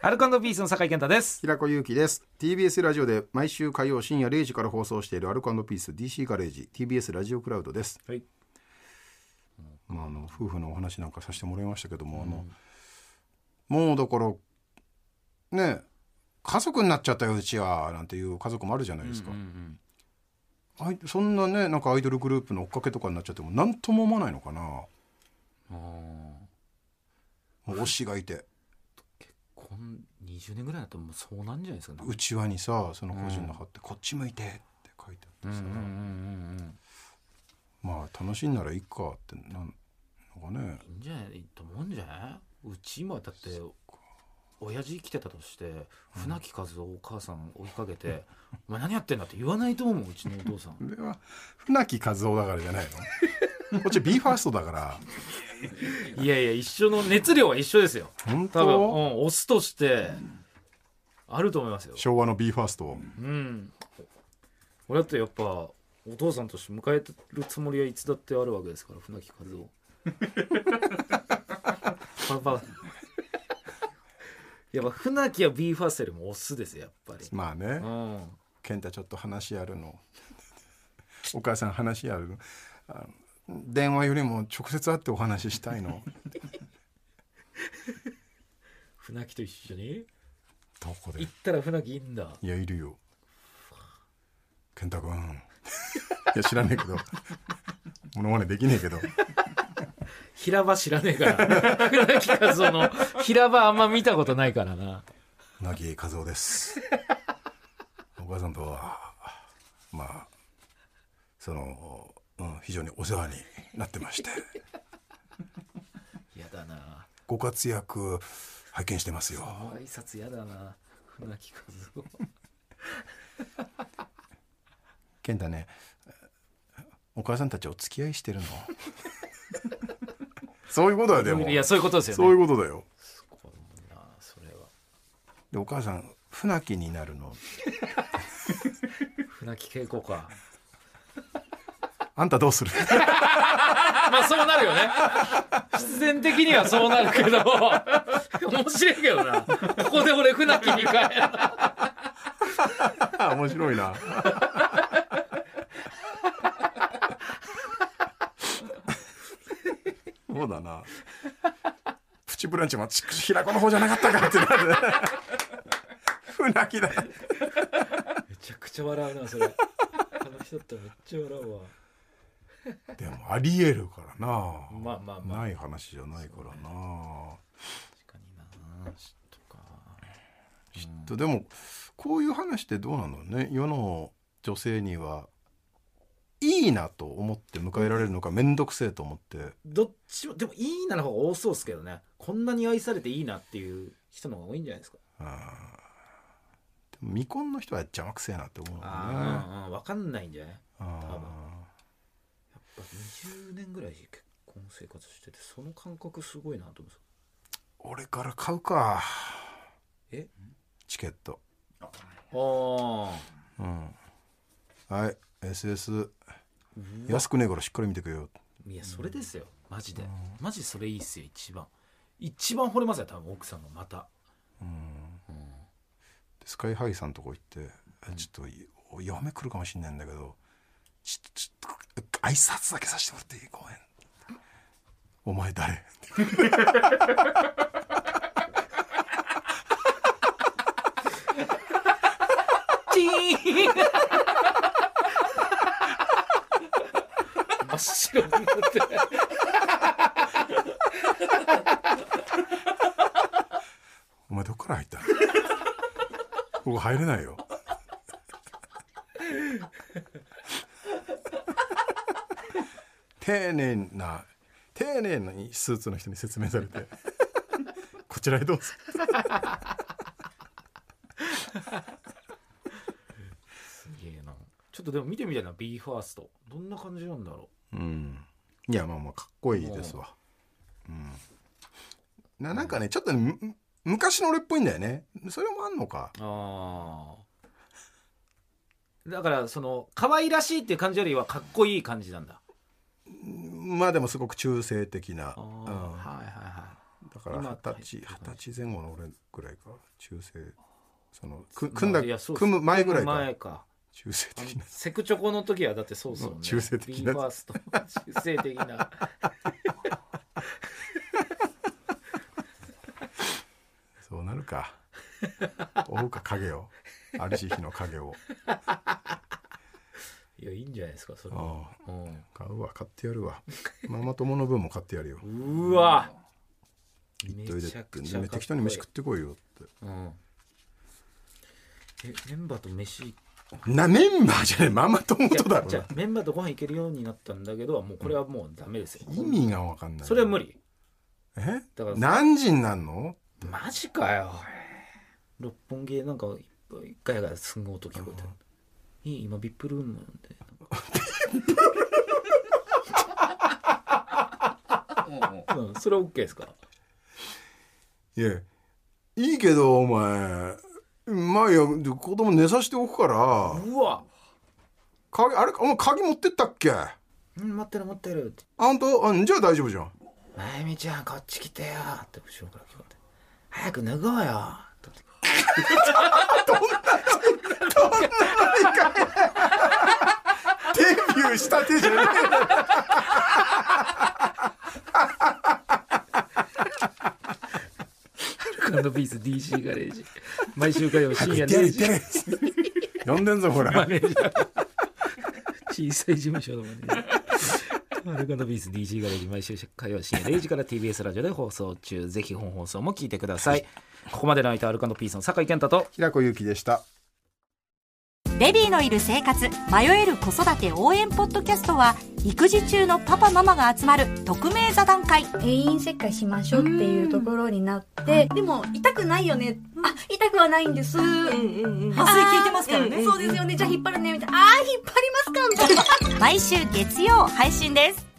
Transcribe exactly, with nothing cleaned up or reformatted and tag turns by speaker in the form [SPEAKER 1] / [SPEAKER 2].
[SPEAKER 1] アルコ&ピースの酒井健太です。
[SPEAKER 2] 平子祐希です。 ティービーエス ラジオで毎週火曜深夜れいじから放送しているアルコ&ピース ディーシー ガレージ ティービーエス ラジオクラウドです。
[SPEAKER 1] はい、
[SPEAKER 2] まあ、あの夫婦のお話なんかさせてもらいましたけども、うん、あのもうだからね家族になっちゃったようちはなんていう家族もあるじゃないですか、うんうんうん、あいそんなねなんかアイドルグループの追っかけとかになっちゃっても何とも思わないのかな。あもう推しがいて
[SPEAKER 1] 結婚にじゅうねんぐらいだともうそうなんじゃないですかね。
[SPEAKER 2] うちわにさその個人の貼って、うん、こっち向いてって書いてあってさ、うんうんうんうん、まあ楽しいならいいかってなんのかね。
[SPEAKER 1] いいんじゃないと思うんじゃない。うち今だって親父生きてたとして船木和夫お母さん追いかけて、うん、お前何やってんだって言わないと思う。うちのお父さん
[SPEAKER 2] それは船木和夫だからじゃないのこっち ビーファーストだから
[SPEAKER 1] いやいや一緒の熱量は一緒ですよ。
[SPEAKER 2] 本当
[SPEAKER 1] 多分、うん、オスとしてあると思いますよ。
[SPEAKER 2] 昭和の ビーファースト。
[SPEAKER 1] うん俺だってやっぱお父さんとして迎えるつもりはいつだってあるわけですから。船木和夫パパやっぱ船木は ビーファーストよりもオスですよやっぱり。
[SPEAKER 2] まあね、うん、健太ちょっと話あるのお母さん話あるのあの電話よりも直接会ってお話ししたいの
[SPEAKER 1] 船木と一緒に
[SPEAKER 2] どこで
[SPEAKER 1] 行ったら船木いいんだ。
[SPEAKER 2] いやいるよ健太君いや知らねえけどモノマネできねえけど
[SPEAKER 1] 平場知らねえから船木和夫の平場あんま見たことないからな。
[SPEAKER 2] 船木和夫ですお母さんとはまあその、うん、非常にお世話になってまして
[SPEAKER 1] やだな
[SPEAKER 2] ご活躍拝見してますよ。
[SPEAKER 1] その挨拶やだな船木和夫
[SPEAKER 2] 健太ねお母さんたちお付き合いしてるのそういうことだ。でも
[SPEAKER 1] いやそういうことですよね。
[SPEAKER 2] そういうことだよ。
[SPEAKER 1] すごいなそれは。
[SPEAKER 2] でお母さん船木になるの
[SPEAKER 1] 船木恵子か
[SPEAKER 2] あんたどうする
[SPEAKER 1] まあそうなるよね必然的にはそうなるけど面白いけどなここで俺船木に変える
[SPEAKER 2] 面白いなそうだなプチブランチも平子の方じゃなかったかってなる船木だ
[SPEAKER 1] めちゃくちゃ笑うなそれあの人ってめっちゃ笑うわ
[SPEAKER 2] でもありえるからな。
[SPEAKER 1] まあまあまあ
[SPEAKER 2] ない話じゃないからな、ね、
[SPEAKER 1] 確かにな嫉妬か
[SPEAKER 2] 嫉妬、うん、でもこういう話ってどうなのね。世の女性にはいいなと思って迎えられるのか、うん、めんどくせえと思って。
[SPEAKER 1] どっちもでもいいなの方が多そうですけどね。こんなに愛されていいなっていう人の方が多いんじゃないですか。あ
[SPEAKER 2] でも未婚の人は邪魔くせえなって思うのね。
[SPEAKER 1] あ、うん、分かんないんじゃない多分。にじゅうねんぐらい結婚生活しててその感覚すごいなと思うんですよ。
[SPEAKER 2] 俺から買うか
[SPEAKER 1] え
[SPEAKER 2] チケット。
[SPEAKER 1] ああ、
[SPEAKER 2] うん、はい エスエス 安くねえからしっかり見てくれよ。
[SPEAKER 1] いやそれですよマジで、うん、マジそれいいっすよ。一番一番惚れますよ多分奥さんがまた、うんうん、
[SPEAKER 2] スカイハイさんとこ行って、うん、ちょっと嫁来るかもしんないんだけどちょちょっと挨拶だけさせてもらっていい？ごめんお前誰
[SPEAKER 1] チーン真っ白になって
[SPEAKER 2] お前どっから入ったのここ入れないよ丁寧な丁寧なスーツの人に説明されてこちらへどうぞす
[SPEAKER 1] げえな。ちょっとでも見てみたいな ビーファーストどんな感じなんだろ
[SPEAKER 2] う。うんいやまあまあかっこいいですわ、うん、な, なんかねちょっと、ね、昔の俺っぽいんだよね。それもあんのか。あ
[SPEAKER 1] だからその可愛らしいっていう感じよりはかっこいい感じなんだ。
[SPEAKER 2] まあでもすごく中性的な、うん、はいはい
[SPEAKER 1] はい。
[SPEAKER 2] だから
[SPEAKER 1] 今
[SPEAKER 2] 二十歳二十歳前後の俺ぐらいか中性そのく
[SPEAKER 1] まあ
[SPEAKER 2] 組んだ
[SPEAKER 1] いやそう
[SPEAKER 2] 組む前ぐらい
[SPEAKER 1] 組む
[SPEAKER 2] か
[SPEAKER 1] 前か
[SPEAKER 2] 中性的な
[SPEAKER 1] セクチョコの時はだってそうそうね
[SPEAKER 2] 中性的な
[SPEAKER 1] ビーファースト中性的な
[SPEAKER 2] そうなるか追うか影をあるし日の影を
[SPEAKER 1] いやいいんじゃないですかそれは、
[SPEAKER 2] ああ
[SPEAKER 1] うん、
[SPEAKER 2] 買うわ買ってやるわママ友の分も買ってやるよ
[SPEAKER 1] うわ
[SPEAKER 2] 言っといてって
[SPEAKER 1] めちゃくちゃかっこいい
[SPEAKER 2] 適当に飯食ってこいよって
[SPEAKER 1] うんえメンバーと飯
[SPEAKER 2] なメンバーじゃないママ友とだろ
[SPEAKER 1] じゃあメンバーとご飯行けるようになったんだけどもうこれはもうダメですよ、
[SPEAKER 2] 意味が分かんない
[SPEAKER 1] それは無理
[SPEAKER 2] え
[SPEAKER 1] だから
[SPEAKER 2] 何時になんの
[SPEAKER 1] マジかよ六本木でなんか一回がすごい音聞こえてるいい今ビップルームなんでうん、それは OK ですか
[SPEAKER 2] いやいいけどお前まあいや子供寝させておくから
[SPEAKER 1] うわ
[SPEAKER 2] 鍵あれお前鍵持ってったっけ
[SPEAKER 1] うん持ってる持ってるって
[SPEAKER 2] あんたあじゃあ大丈夫じゃん
[SPEAKER 1] まゆみちゃんこっち来てよって後ろから聞こえて早く脱ごうよって
[SPEAKER 2] どんなどんなデビューしたてじゃね
[SPEAKER 1] アルカンドピース ディーシー ガレージ毎週火曜深夜
[SPEAKER 2] え
[SPEAKER 1] れいじ
[SPEAKER 2] 呼んでんぞほら
[SPEAKER 1] マネージャー小さい事務所のマネージャーアルカンドピース ディーシー ガレージ毎週火曜深夜れいじから ティービーエス ラジオで放送中ぜひ本放送も聞いてください、はい、ここまでの相手アルカンドピースの酒井健太と
[SPEAKER 2] 平子祐希でした。
[SPEAKER 3] ベビーのいる生活迷える子育て応援ポッドキャストは育児中のパパママが集まる匿名座談会
[SPEAKER 4] 定員切開しましょうっていうところになってでも痛くないよねあ痛くはないんです麻酔
[SPEAKER 3] 聞いてますからね、
[SPEAKER 4] うん、そうですよねじゃあ引っ張るねみたいなあー引っ張りますかみたいな
[SPEAKER 3] 毎週月曜配信です。